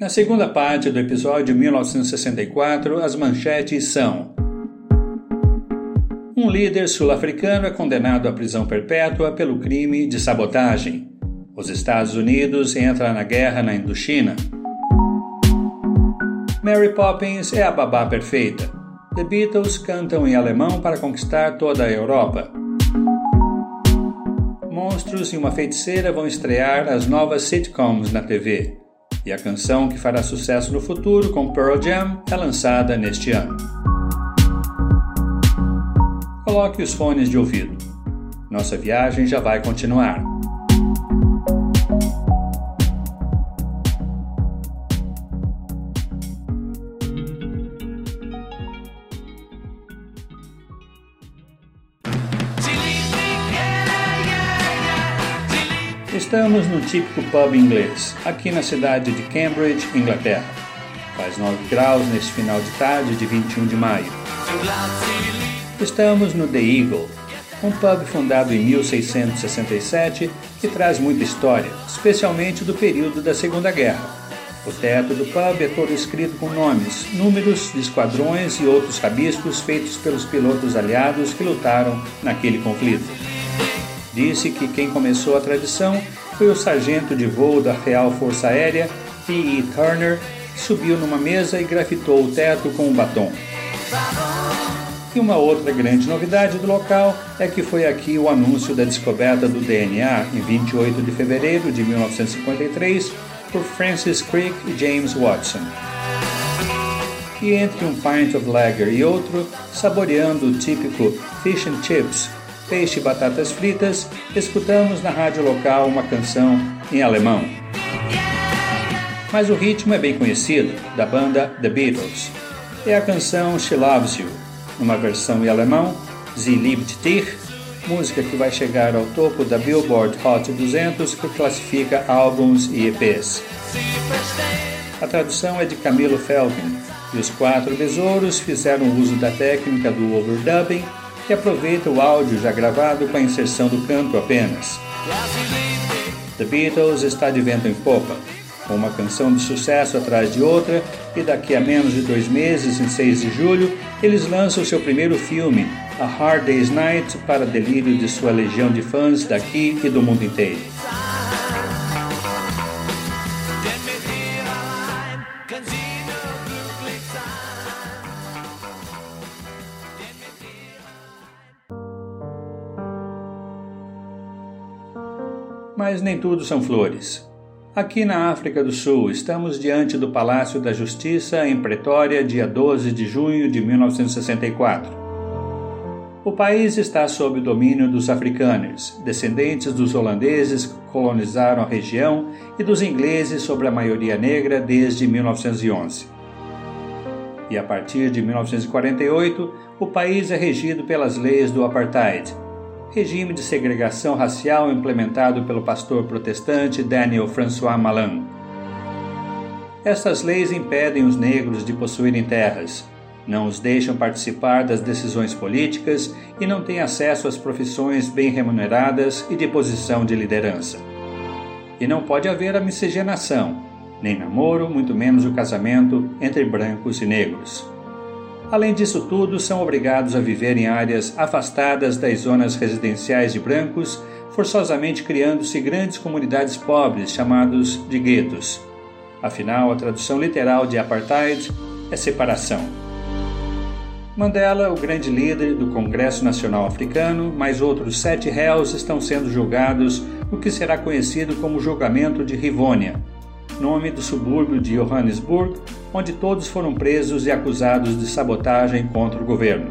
Na segunda parte do episódio 1964, as manchetes são: um líder sul-africano é condenado à prisão perpétua pelo crime de sabotagem. Os Estados Unidos entram na guerra na Indochina. Mary Poppins é a babá perfeita. The Beatles cantam em alemão para conquistar toda a Europa. Monstros e uma feiticeira vão estrear as novas sitcoms na TV. E a canção que fará sucesso no futuro com Pearl Jam é lançada neste ano. Coloque os fones de ouvido. Nossa viagem já vai continuar. Estamos no típico pub inglês, aqui na cidade de Cambridge, Inglaterra. Faz 9 graus neste final de tarde de 21 de maio. Estamos no The Eagle, um pub fundado em 1667 que traz muita história, especialmente do período da Segunda Guerra. O teto do pub é todo escrito com nomes, números de esquadrões e outros rabiscos feitos pelos pilotos aliados que lutaram naquele conflito. Disse que quem começou a tradição foi o sargento de voo da Real Força Aérea, P.E. Turner, que subiu numa mesa e grafitou o teto com um batom. E uma outra grande novidade do local é que foi aqui o anúncio da descoberta do DNA em 28 de fevereiro de 1953 por Francis Crick e James Watson. E entre um pint of lager e outro, saboreando o típico fish and chips, peixe e batatas fritas, escutamos na rádio local uma canção em alemão. Mas o ritmo é bem conhecido, da banda The Beatles. É a canção She Loves You, numa versão em alemão, Sie liebt dich, música que vai chegar ao topo da Billboard Hot 200, que classifica álbuns e EPs. A tradução é de Camilo Felgen, e os 4 besouros fizeram uso da técnica do overdubbing, que aproveita o áudio já gravado com a inserção do canto apenas. The Beatles está de vento em popa, com uma canção de sucesso atrás de outra, e daqui a menos de 2 meses, em 6 de julho, eles lançam seu primeiro filme, A Hard Day's Night, para delírio de sua legião de fãs daqui e do mundo inteiro. Mas nem tudo são flores. Aqui na África do Sul, estamos diante do Palácio da Justiça em Pretória, dia 12 de junho de 1964. O país está sob o domínio dos afrikaners, descendentes dos holandeses que colonizaram a região e dos ingleses sobre a maioria negra desde 1911. E a partir de 1948, o país é regido pelas leis do Apartheid, regime de segregação racial implementado pelo pastor protestante Daniel François Malan. Estas leis impedem os negros de possuírem terras, não os deixam participar das decisões políticas e não têm acesso às profissões bem remuneradas e de posição de liderança. E não pode haver a miscigenação, nem namoro, muito menos o casamento entre brancos e negros. Além disso tudo, são obrigados a viver em áreas afastadas das zonas residenciais de brancos, forçosamente criando-se grandes comunidades pobres chamadas de guetos. Afinal, a tradução literal de apartheid é separação. Mandela, o grande líder do Congresso Nacional Africano, mais outros 7 réus estão sendo julgados no que será conhecido como julgamento de Rivonia, nome do subúrbio de Johannesburg, onde todos foram presos e acusados de sabotagem contra o governo.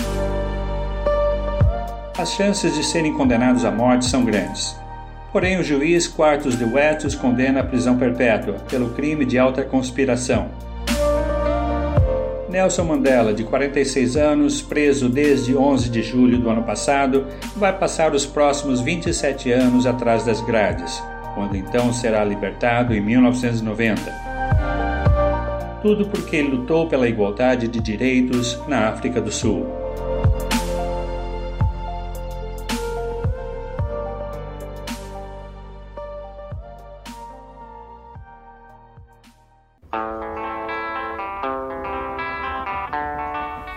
As chances de serem condenados à morte são grandes. Porém, o juiz Quartus de Wet os condena à prisão perpétua pelo crime de alta conspiração. Nelson Mandela, de 46 anos, preso desde 11 de julho do ano passado, vai passar os próximos 27 anos atrás das grades, quando então será libertado em 1990. Tudo porque ele lutou pela igualdade de direitos na África do Sul.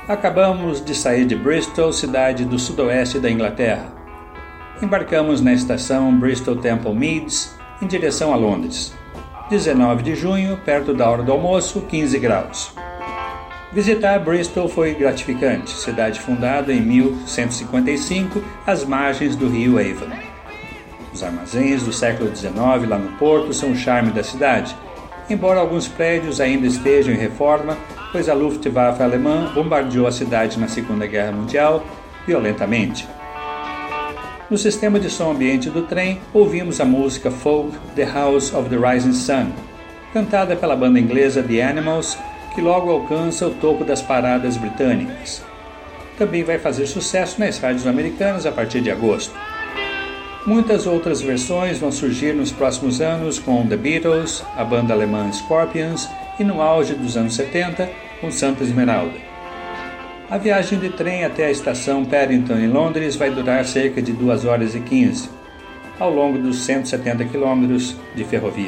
Acabamos de sair de Bristol, cidade do sudoeste da Inglaterra. Embarcamos na estação Bristol Temple Meads, em direção a Londres. 19 de junho, perto da hora do almoço, 15 graus. Visitar Bristol foi gratificante, cidade fundada em 1155, às margens do rio Avon. Os armazéns do século XIX lá no porto são o charme da cidade, embora alguns prédios ainda estejam em reforma, pois a Luftwaffe alemã bombardeou a cidade na Segunda Guerra Mundial violentamente. No sistema de som ambiente do trem, ouvimos a música folk The House of the Rising Sun, cantada pela banda inglesa The Animals, que logo alcança o topo das paradas britânicas. Também vai fazer sucesso nas rádios americanas a partir de agosto. Muitas outras versões vão surgir nos próximos anos com The Beatles, a banda alemã Scorpions e no auge dos anos 70 com Santa Esmeralda. A viagem de trem até a estação Paddington em Londres vai durar cerca de 2 horas e 15, ao longo dos 170 quilômetros de ferrovia.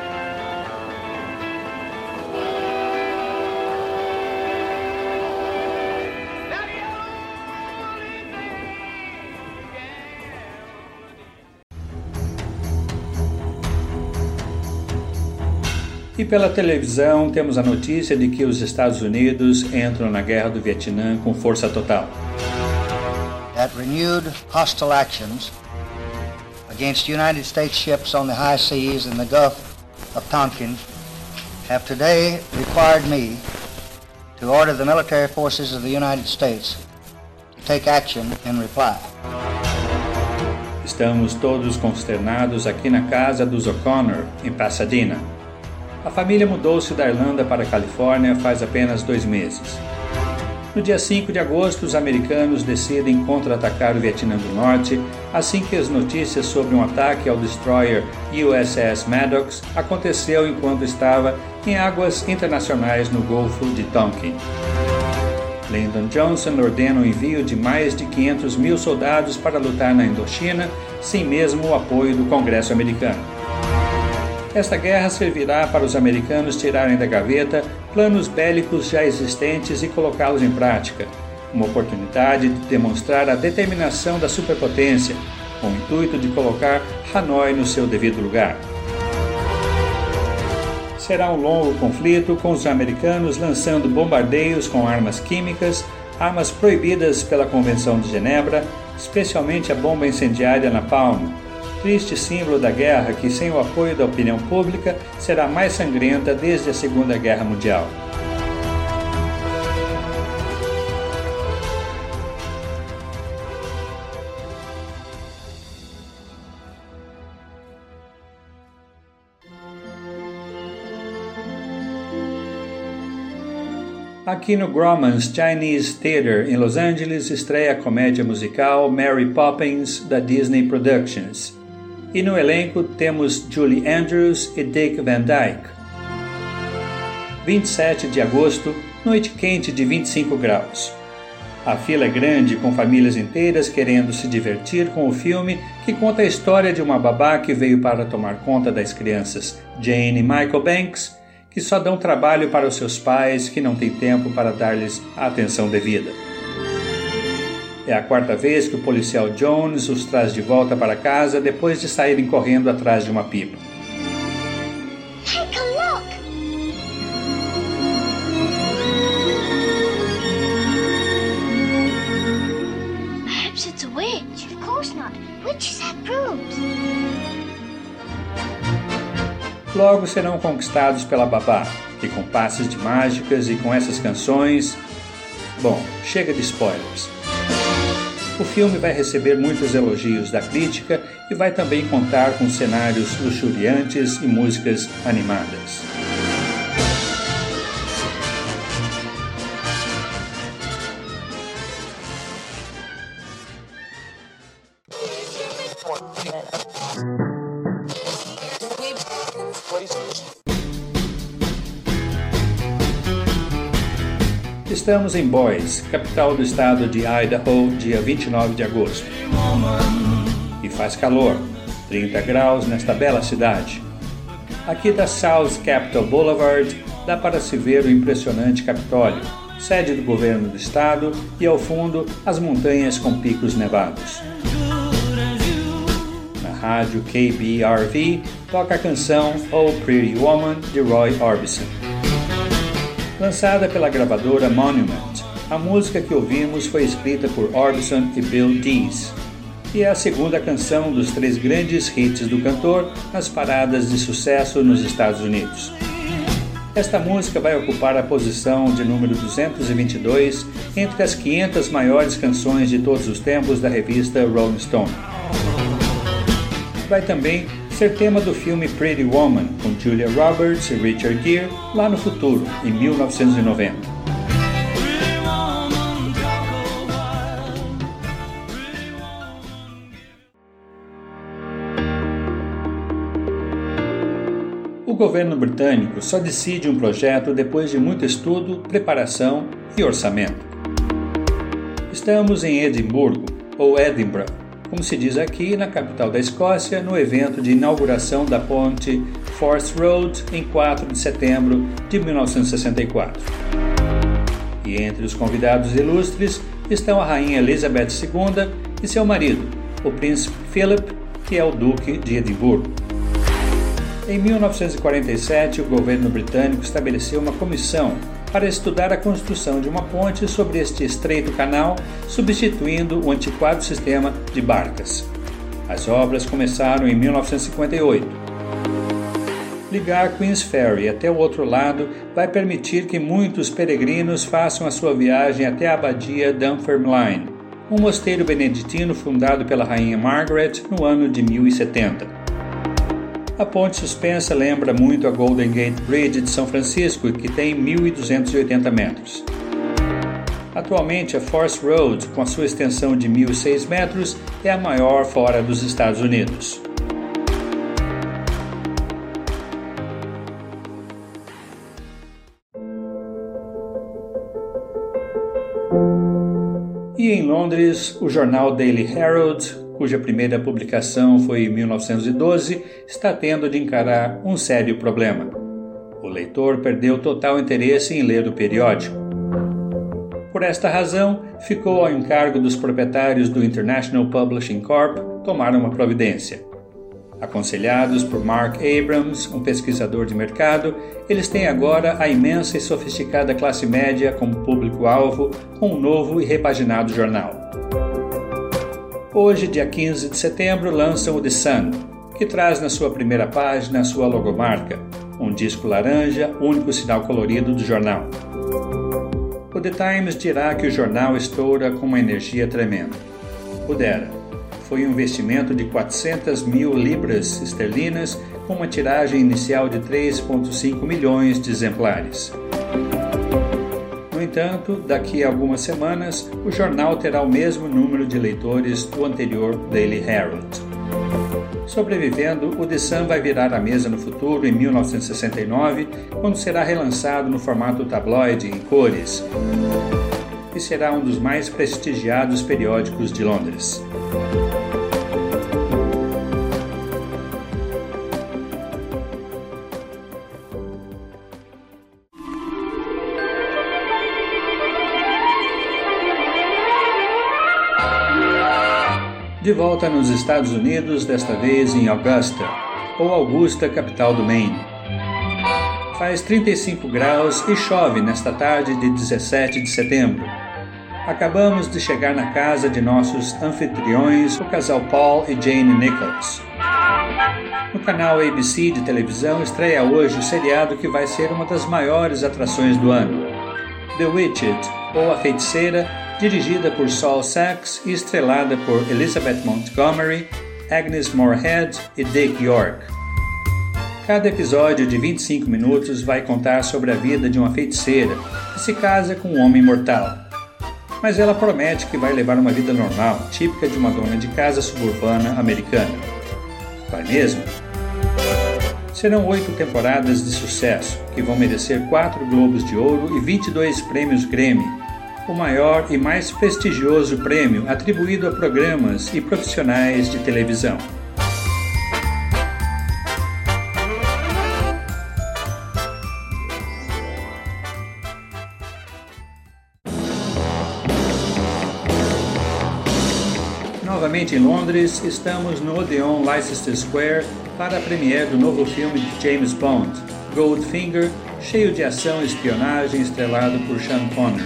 E pela televisão temos a notícia de que os Estados Unidos entram na guerra do Vietnã com força total. That renewed hostile actions against United States ships on the high seas in the Gulf of Tonkin have today required me to order the military forces of the United States to take action in reply. Estamos todos consternados aqui na casa dos O'Connor, em Pasadena. A família mudou-se da Irlanda para a Califórnia faz apenas 2 meses. No dia 5 de agosto, os americanos decidem contra-atacar o Vietnã do Norte, assim que as notícias sobre um ataque ao destroyer USS Maddox aconteceu enquanto estava em águas internacionais no Golfo de Tonkin. Lyndon Johnson ordena o envio de mais de 500 mil soldados para lutar na Indochina, sem mesmo o apoio do Congresso americano. Esta guerra servirá para os americanos tirarem da gaveta planos bélicos já existentes e colocá-los em prática, uma oportunidade de demonstrar a determinação da superpotência, com o intuito de colocar Hanoi no seu devido lugar. Será um longo conflito, com os americanos lançando bombardeios com armas químicas, armas proibidas pela Convenção de Genebra, especialmente a bomba incendiária Napalm, triste símbolo da guerra que, sem o apoio da opinião pública, será mais sangrenta desde a Segunda Guerra Mundial. Aqui no Grauman's Chinese Theatre, em Los Angeles, estreia a comédia musical Mary Poppins, da Disney Productions. E no elenco temos Julie Andrews e Dick Van Dyke. 27 de agosto, noite quente de 25 graus. A fila é grande, com famílias inteiras querendo se divertir com o filme que conta a história de uma babá que veio para tomar conta das crianças, Jane e Michael Banks, que só dão trabalho para os seus pais que não têm tempo para dar-lhes a atenção devida. É a 4ª vez que o policial Jones os traz de volta para casa depois de saírem correndo atrás de uma pipa. Take a look! Perhaps it's a witch. Of course not. Witches have brooms. Logo serão conquistados pela babá, que com passes de mágicas e com essas canções... Bom, chega de spoilers. O filme vai receber muitos elogios da crítica e vai também contar com cenários luxuriantes e músicas animadas. Estamos em Boise, capital do estado de Idaho, dia 29 de agosto. E faz calor, 30 graus nesta bela cidade. Aqui da South Capitol Boulevard dá para se ver o impressionante Capitólio, sede do governo do estado, e ao fundo as montanhas com picos nevados. Na rádio KBRV toca a canção Oh Pretty Woman de Roy Orbison. Lançada pela gravadora Monument, a música que ouvimos foi escrita por Orbison e Bill Dees, e é a segunda canção dos 3 grandes hits do cantor nas paradas de sucesso nos Estados Unidos. Esta música vai ocupar a posição de número 222 entre as 500 maiores canções de todos os tempos da revista Rolling Stone. Vai também ser tema do filme Pretty Woman, com Julia Roberts e Richard Gere, lá no futuro, em 1990. O governo britânico só decide um projeto depois de muito estudo, preparação e orçamento. Estamos em Edimburgo, ou Edinburgh, como se diz aqui, na capital da Escócia, no evento de inauguração da ponte Forth Road em 4 de setembro de 1964. E entre os convidados ilustres estão a rainha Elizabeth II e seu marido, o príncipe Philip, que é o duque de Edimburgo. Em 1947, o governo britânico estabeleceu uma comissão para estudar a construção de uma ponte sobre este estreito canal, substituindo o antiquado sistema de barcas. As obras começaram em 1958. Ligar Queen's Ferry até o outro lado vai permitir que muitos peregrinos façam a sua viagem até a abadia Dunfermline, um mosteiro beneditino fundado pela rainha Margaret no ano de 1070. A ponte suspensa lembra muito a Golden Gate Bridge de São Francisco, que tem 1.280 metros. Atualmente, a Forth Road, com a sua extensão de 1.006 metros, é a maior fora dos Estados Unidos. E em Londres, o jornal Daily Herald, cuja primeira publicação foi em 1912, está tendo de encarar um sério problema. O leitor perdeu total interesse em ler o periódico. Por esta razão, ficou ao encargo dos proprietários do International Publishing Corp. Tomar uma providência. Aconselhados por Mark Abrams, um pesquisador de mercado, eles têm agora a imensa e sofisticada classe média como público-alvo com um novo e repaginado jornal. Hoje, dia 15 de setembro, lançam o The Sun, que traz na sua primeira página a sua logomarca, um disco laranja, único sinal colorido do jornal. O The Times dirá que o jornal estoura com uma energia tremenda. Pudera. Foi um investimento de 400 mil libras esterlinas, com uma tiragem inicial de 3,5 milhões de exemplares. No entanto, daqui a algumas semanas, o jornal terá o mesmo número de leitores do anterior Daily Herald. Sobrevivendo, o The Sun vai virar a mesa no futuro, em 1969, quando será relançado no formato tabloide em cores, e será um dos mais prestigiados periódicos de Londres. De volta nos Estados Unidos, desta vez em Augusta, ou Augusta, capital do Maine. Faz 35 graus e chove nesta tarde de 17 de setembro. Acabamos de chegar na casa de nossos anfitriões, o casal Paul e Jane Nichols. No canal ABC de televisão estreia hoje o seriado que vai ser uma das maiores atrações do ano, The Witched, ou A Feiticeira, dirigida por Saul Sachs e estrelada por Elizabeth Montgomery, Agnes Moorehead e Dick York. Cada episódio de 25 minutos vai contar sobre a vida de uma feiticeira que se casa com um homem mortal. Mas ela promete que vai levar uma vida normal, típica de uma dona de casa suburbana americana. Vai mesmo? Serão 8 temporadas de sucesso, que vão merecer 4 Globos de Ouro e 22 prêmios Grammy, o maior e mais prestigioso prêmio atribuído a programas e profissionais de televisão. Novamente em Londres, estamos no Odeon Leicester Square para a premiere do novo filme de James Bond, Goldfinger, cheio de ação e espionagem, estrelado por Sean Connery.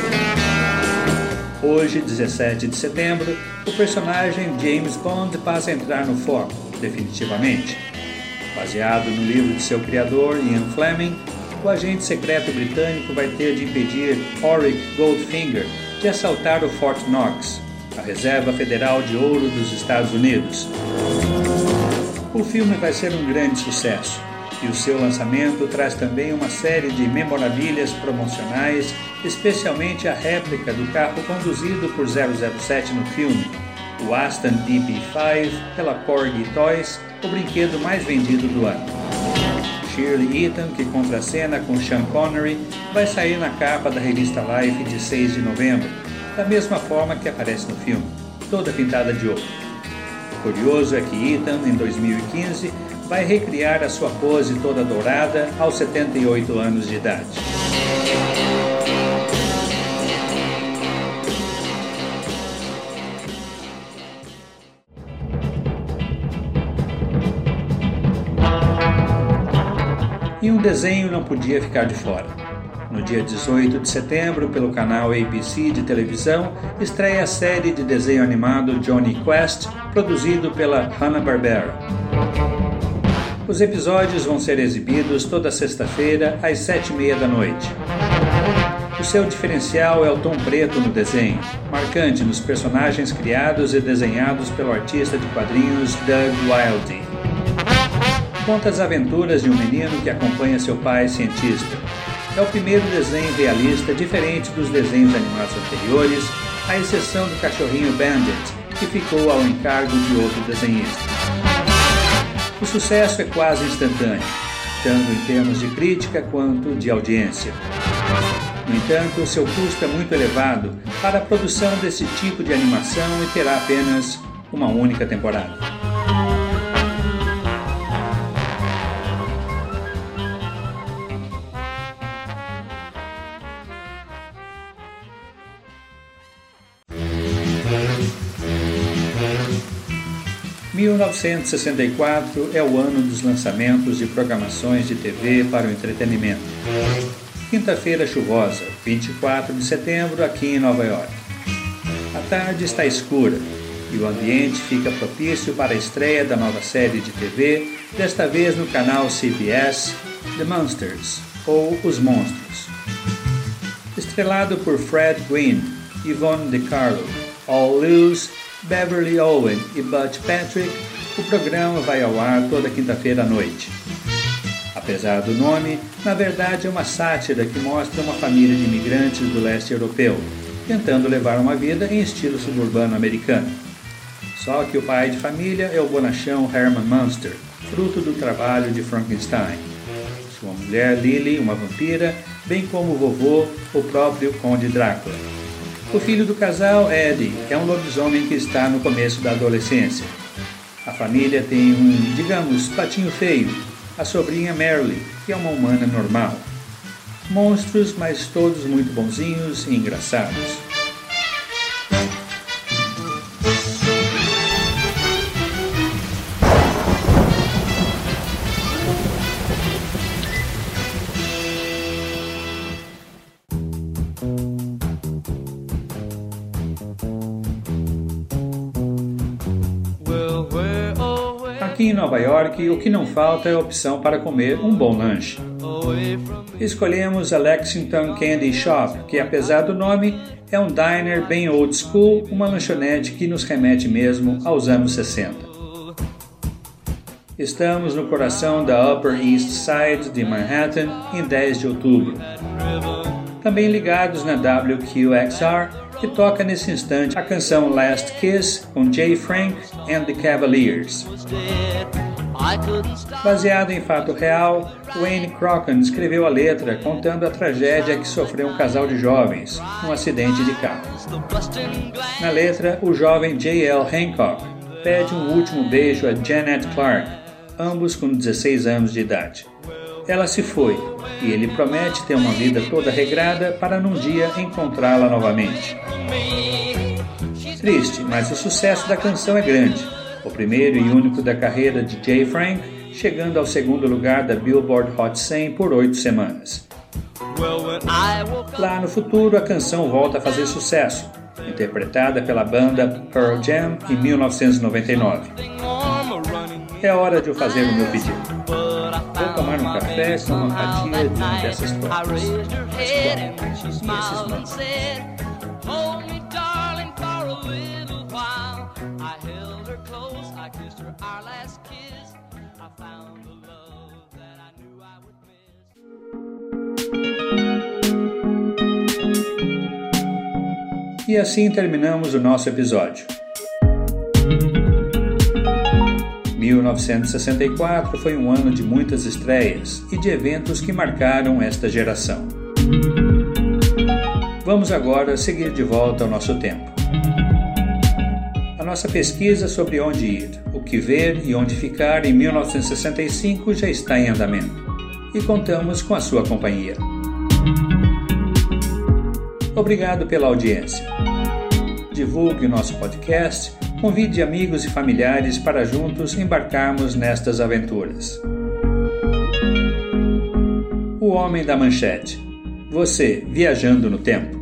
Hoje, 17 de setembro, o personagem James Bond passa a entrar no foco, definitivamente. Baseado no livro de seu criador, Ian Fleming, o agente secreto britânico vai ter de impedir Auric Goldfinger de assaltar o Fort Knox, a Reserva Federal de Ouro dos Estados Unidos. O filme vai ser um grande sucesso, e o seu lançamento traz também uma série de memorabilias promocionais, especialmente a réplica do carro conduzido por 007 no filme, o Aston DB5 pela Corgi Toys, o brinquedo mais vendido do ano. Shirley Eaton, que contracena com Sean Connery, vai sair na capa da revista Life de 6 de novembro, da mesma forma que aparece no filme, toda pintada de ouro. O curioso é que Eaton, em 2015, vai recriar a sua pose toda dourada aos 78 anos de idade. E um desenho não podia ficar de fora. No dia 18 de setembro, pelo canal ABC de televisão, estreia a série de desenho animado Jonny Quest, produzido pela Hanna-Barbera. Os episódios vão ser exibidos toda sexta-feira às 7h30 da noite. O seu diferencial é o tom preto no desenho, marcante nos personagens criados e desenhados pelo artista de quadrinhos Doug Wildey. Conta as aventuras de um menino que acompanha seu pai cientista. É o primeiro desenho realista diferente dos desenhos animados anteriores, à exceção do cachorrinho Bandit, que ficou ao encargo de outro desenhista. O sucesso é quase instantâneo, tanto em termos de crítica quanto de audiência. No entanto, seu custo é muito elevado para a produção desse tipo de animação e terá apenas uma única temporada. Em 1964 é o ano dos lançamentos de programações de TV para o entretenimento. Quinta-feira chuvosa, 24 de setembro, aqui em Nova York. A tarde está escura e o ambiente fica propício para a estreia da nova série de TV, desta vez no canal CBS, The Monsters, ou Os Monstros. Estrelado por Fred Gwynne, Yvonne De Carlo, Al Lewis, Beverly Owen e Butch Patrick, o programa vai ao ar toda quinta-feira à noite. Apesar do nome, na verdade é uma sátira que mostra uma família de imigrantes do leste europeu, tentando levar uma vida em estilo suburbano americano. Só que o pai de família é o bonachão Herman Munster, fruto do trabalho de Frankenstein. Sua mulher Lily, uma vampira, bem como o vovô, o próprio Conde Drácula. O filho do casal, Eddie, é um lobisomem que está no começo da adolescência. A família tem um, digamos, patinho feio, a sobrinha Merle, que é uma humana normal. Monstros, mas todos muito bonzinhos e engraçados. Aqui em Nova York, o que não falta é a opção para comer um bom lanche. Escolhemos a Lexington Candy Shop, que apesar do nome, é um diner bem old school, uma lanchonete que nos remete mesmo aos anos 60. Estamos no coração da Upper East Side de Manhattan em 10 de outubro. Também ligados na WQXR, que toca nesse instante a canção Last Kiss com Jay Frank and the Cavaliers. Baseado em fato real, Wayne Crocken escreveu a letra contando a tragédia que sofreu um casal de jovens num acidente de carro. Na letra, o jovem J.L. Hancock pede um último beijo a Janet Clark, ambos com 16 anos de idade. Ela se foi e ele promete ter uma vida toda regrada para num dia encontrá-la novamente. Triste, mas o sucesso da canção é grande. O primeiro e único da carreira de Jay Frank, chegando ao segundo lugar da Billboard Hot 100 por 8 semanas. Lá no futuro, a canção volta a fazer sucesso, interpretada pela banda Pearl Jam em 1999. É hora de eu fazer o meu pedido. Vou tomar um café com uma fatia de uma dessas tortas. Esses mãos. E assim terminamos o nosso episódio. 1964 foi um ano de muitas estreias e de eventos que marcaram esta geração. Vamos agora seguir de volta ao nosso tempo. A nossa pesquisa sobre onde ir, o que ver e onde ficar em 1965 já está em andamento e contamos com a sua companhia. Obrigado pela audiência. Divulgue o nosso podcast, convide amigos e familiares para juntos embarcarmos nestas aventuras. O Homem da Manchete. Você viajando no tempo.